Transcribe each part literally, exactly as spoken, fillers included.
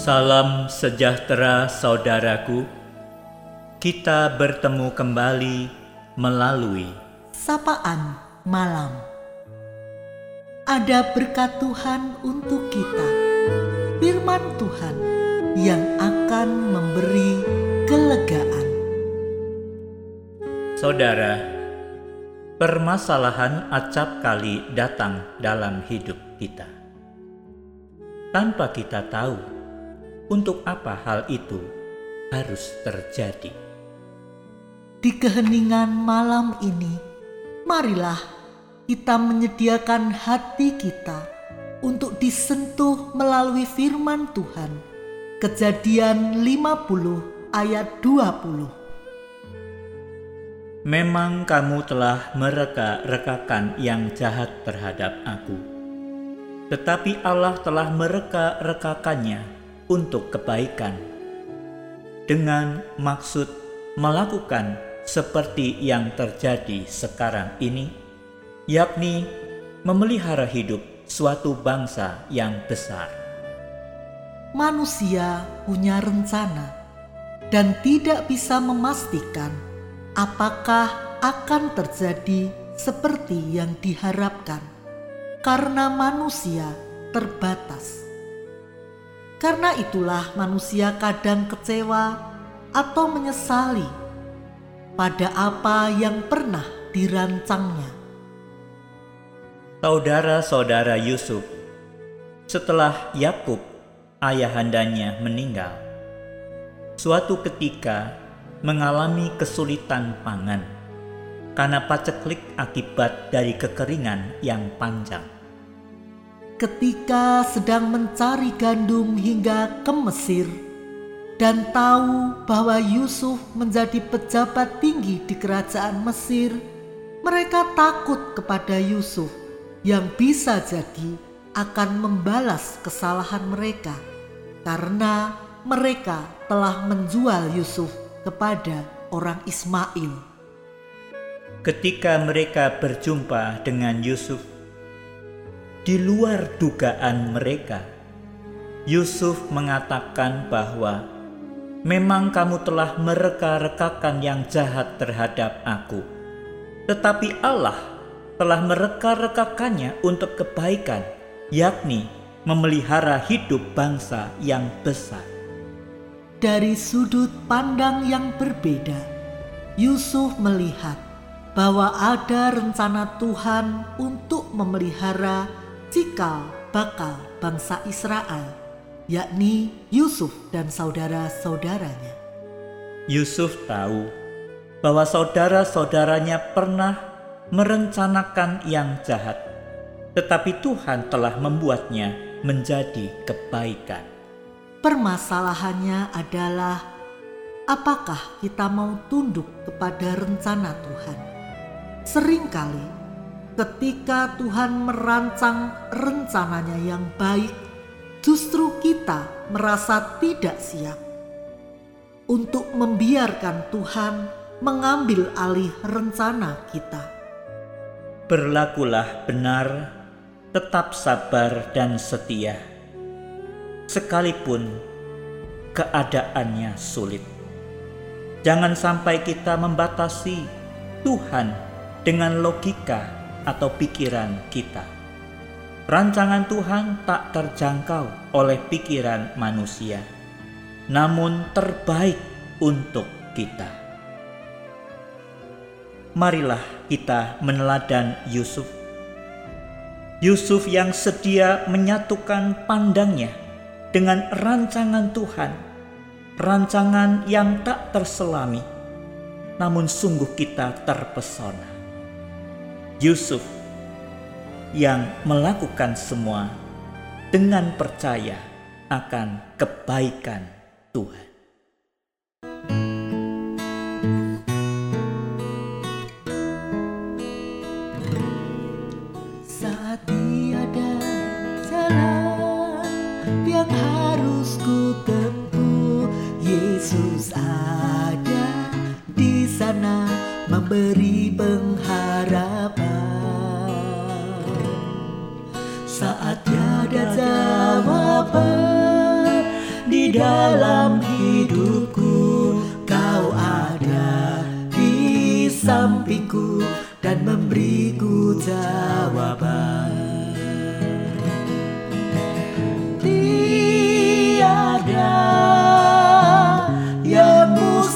Salam sejahtera saudaraku, kita bertemu kembali melalui Sapaan Malam. Ada berkat Tuhan untuk kita, firman Tuhan yang akan memberi kelegaan. Saudara, permasalahan acap kali datang dalam hidup kita. Tanpa kita tahu untuk apa hal itu harus terjadi. Di keheningan malam ini, marilah kita menyediakan hati kita untuk disentuh melalui firman Tuhan. Kejadian lima puluh ayat dua puluh. Memang kamu telah mereka-rekakan yang jahat terhadap aku, tetapi Allah telah mereka-rekakannya untuk kebaikan, dengan maksud melakukan seperti yang terjadi sekarang ini, yakni memelihara hidup suatu bangsa yang besar. Manusia punya rencana dan tidak bisa memastikan apakah akan terjadi seperti yang diharapkan, karena manusia terbatas. Karena itulah manusia kadang kecewa atau menyesali pada apa yang pernah dirancangnya. Saudara-saudara Yusuf, setelah Yakub ayahandanya meninggal, suatu ketika mengalami kesulitan pangan karena paceklik akibat dari kekeringan yang panjang. Ketika sedang mencari gandum hingga ke Mesir dan tahu bahwa Yusuf menjadi pejabat tinggi di kerajaan Mesir, mereka takut kepada Yusuf yang bisa jadi akan membalas kesalahan mereka karena mereka telah menjual Yusuf kepada orang Ismail. Ketika mereka berjumpa dengan Yusuf, di luar dugaan mereka, Yusuf mengatakan bahwa memang kamu telah mereka-rekakan yang jahat terhadap aku, tetapi Allah telah mereka-rekakannya untuk kebaikan, yakni memelihara hidup bangsa yang besar. Dari sudut pandang yang berbeda, Yusuf melihat bahwa ada rencana Tuhan untuk memelihara cikal bakal bangsa Israel, yakni Yusuf dan saudara-saudaranya. Yusuf tahu bahwa saudara-saudaranya pernah merencanakan yang jahat, tetapi Tuhan telah membuatnya menjadi kebaikan. Permasalahannya adalah, apakah kita mau tunduk kepada rencana Tuhan? Seringkali ketika Tuhan merancang rencananya yang baik, justru kita merasa tidak siap untuk membiarkan Tuhan mengambil alih rencana kita. Berlakulah benar, tetap sabar dan setia, sekalipun keadaannya sulit. Jangan sampai kita membatasi Tuhan dengan logika atau pikiran kita. Rancangan Tuhan tak terjangkau oleh pikiran manusia, namun terbaik untuk kita. Marilah kita meneladan Yusuf. Yusuf yang sedia menyatukan pandangnya dengan rancangan Tuhan, rancangan yang tak terselami, namun sungguh kita terpesona. Yusuf yang melakukan semua dengan percaya akan kebaikan Tuhan. Saat tiada jalan yang harus ku tempuh, Yesus ada di sana memberi pengharapan. Saat tiada jawaban di dalam hidupku. Kau ada di sampingku dan memberiku jawaban. Tiada yang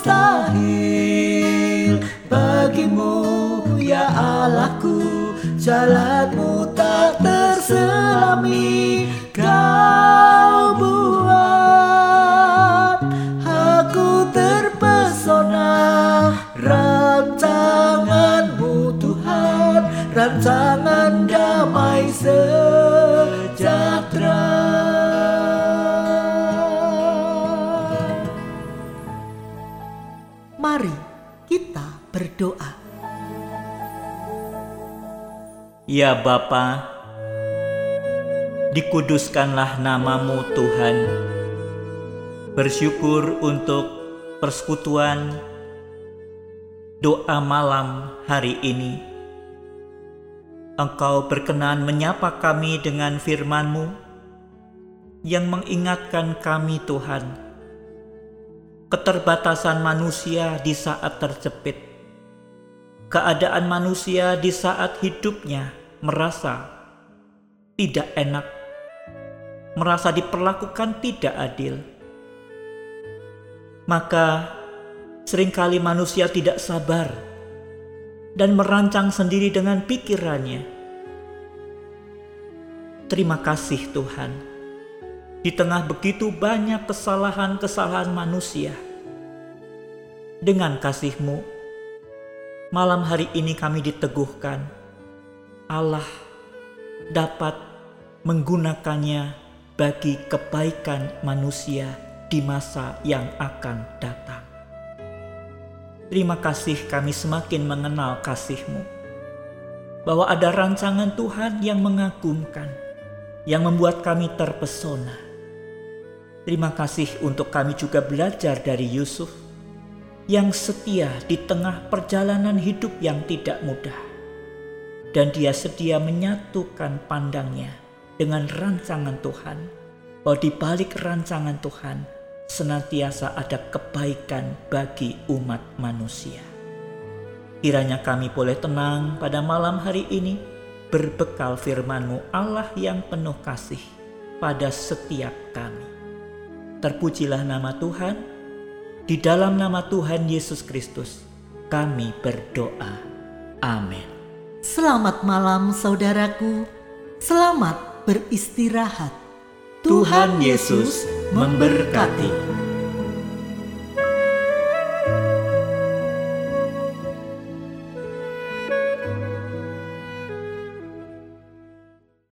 mustahil bagimu, ya Allahku. Jalanmu tak terselami, Kau buat aku terpesona. Rancanganmu Tuhan, rancangan damai sejahtera. Mari kita berdoa. Ya Bapa, dikuduskanlah namamu Tuhan. Bersyukur untuk persekutuan doa malam hari ini. Engkau berkenan menyapa kami dengan firman-Mu yang mengingatkan kami Tuhan, keterbatasan manusia di saat terjepit, keadaan manusia di saat hidupnya merasa tidak enak, merasa diperlakukan tidak adil. Maka seringkali manusia tidak sabar dan merancang sendiri dengan pikirannya. Terima kasih Tuhan, di tengah begitu banyak kesalahan-kesalahan manusia, dengan kasih-Mu, malam hari ini kami diteguhkan Allah dapat menggunakannya bagi kebaikan manusia di masa yang akan datang. Terima kasih kami semakin mengenal kasih-Mu, bahwa ada rancangan Tuhan yang mengagumkan, yang membuat kami terpesona. Terima kasih untuk kami juga belajar dari Yusuf, yang setia di tengah perjalanan hidup yang tidak mudah. Dan dia sedia menyatukan pandangnya dengan rancangan Tuhan, bahwa di balik rancangan Tuhan senantiasa ada kebaikan bagi umat manusia. Kiranya kami boleh tenang pada malam hari ini, berbekal firman-Mu Allah yang penuh kasih pada setiap kami. Terpujilah nama Tuhan. Di dalam nama Tuhan Yesus Kristus kami berdoa. Amin. Selamat malam saudaraku, selamat beristirahat. Tuhan Yesus memberkati.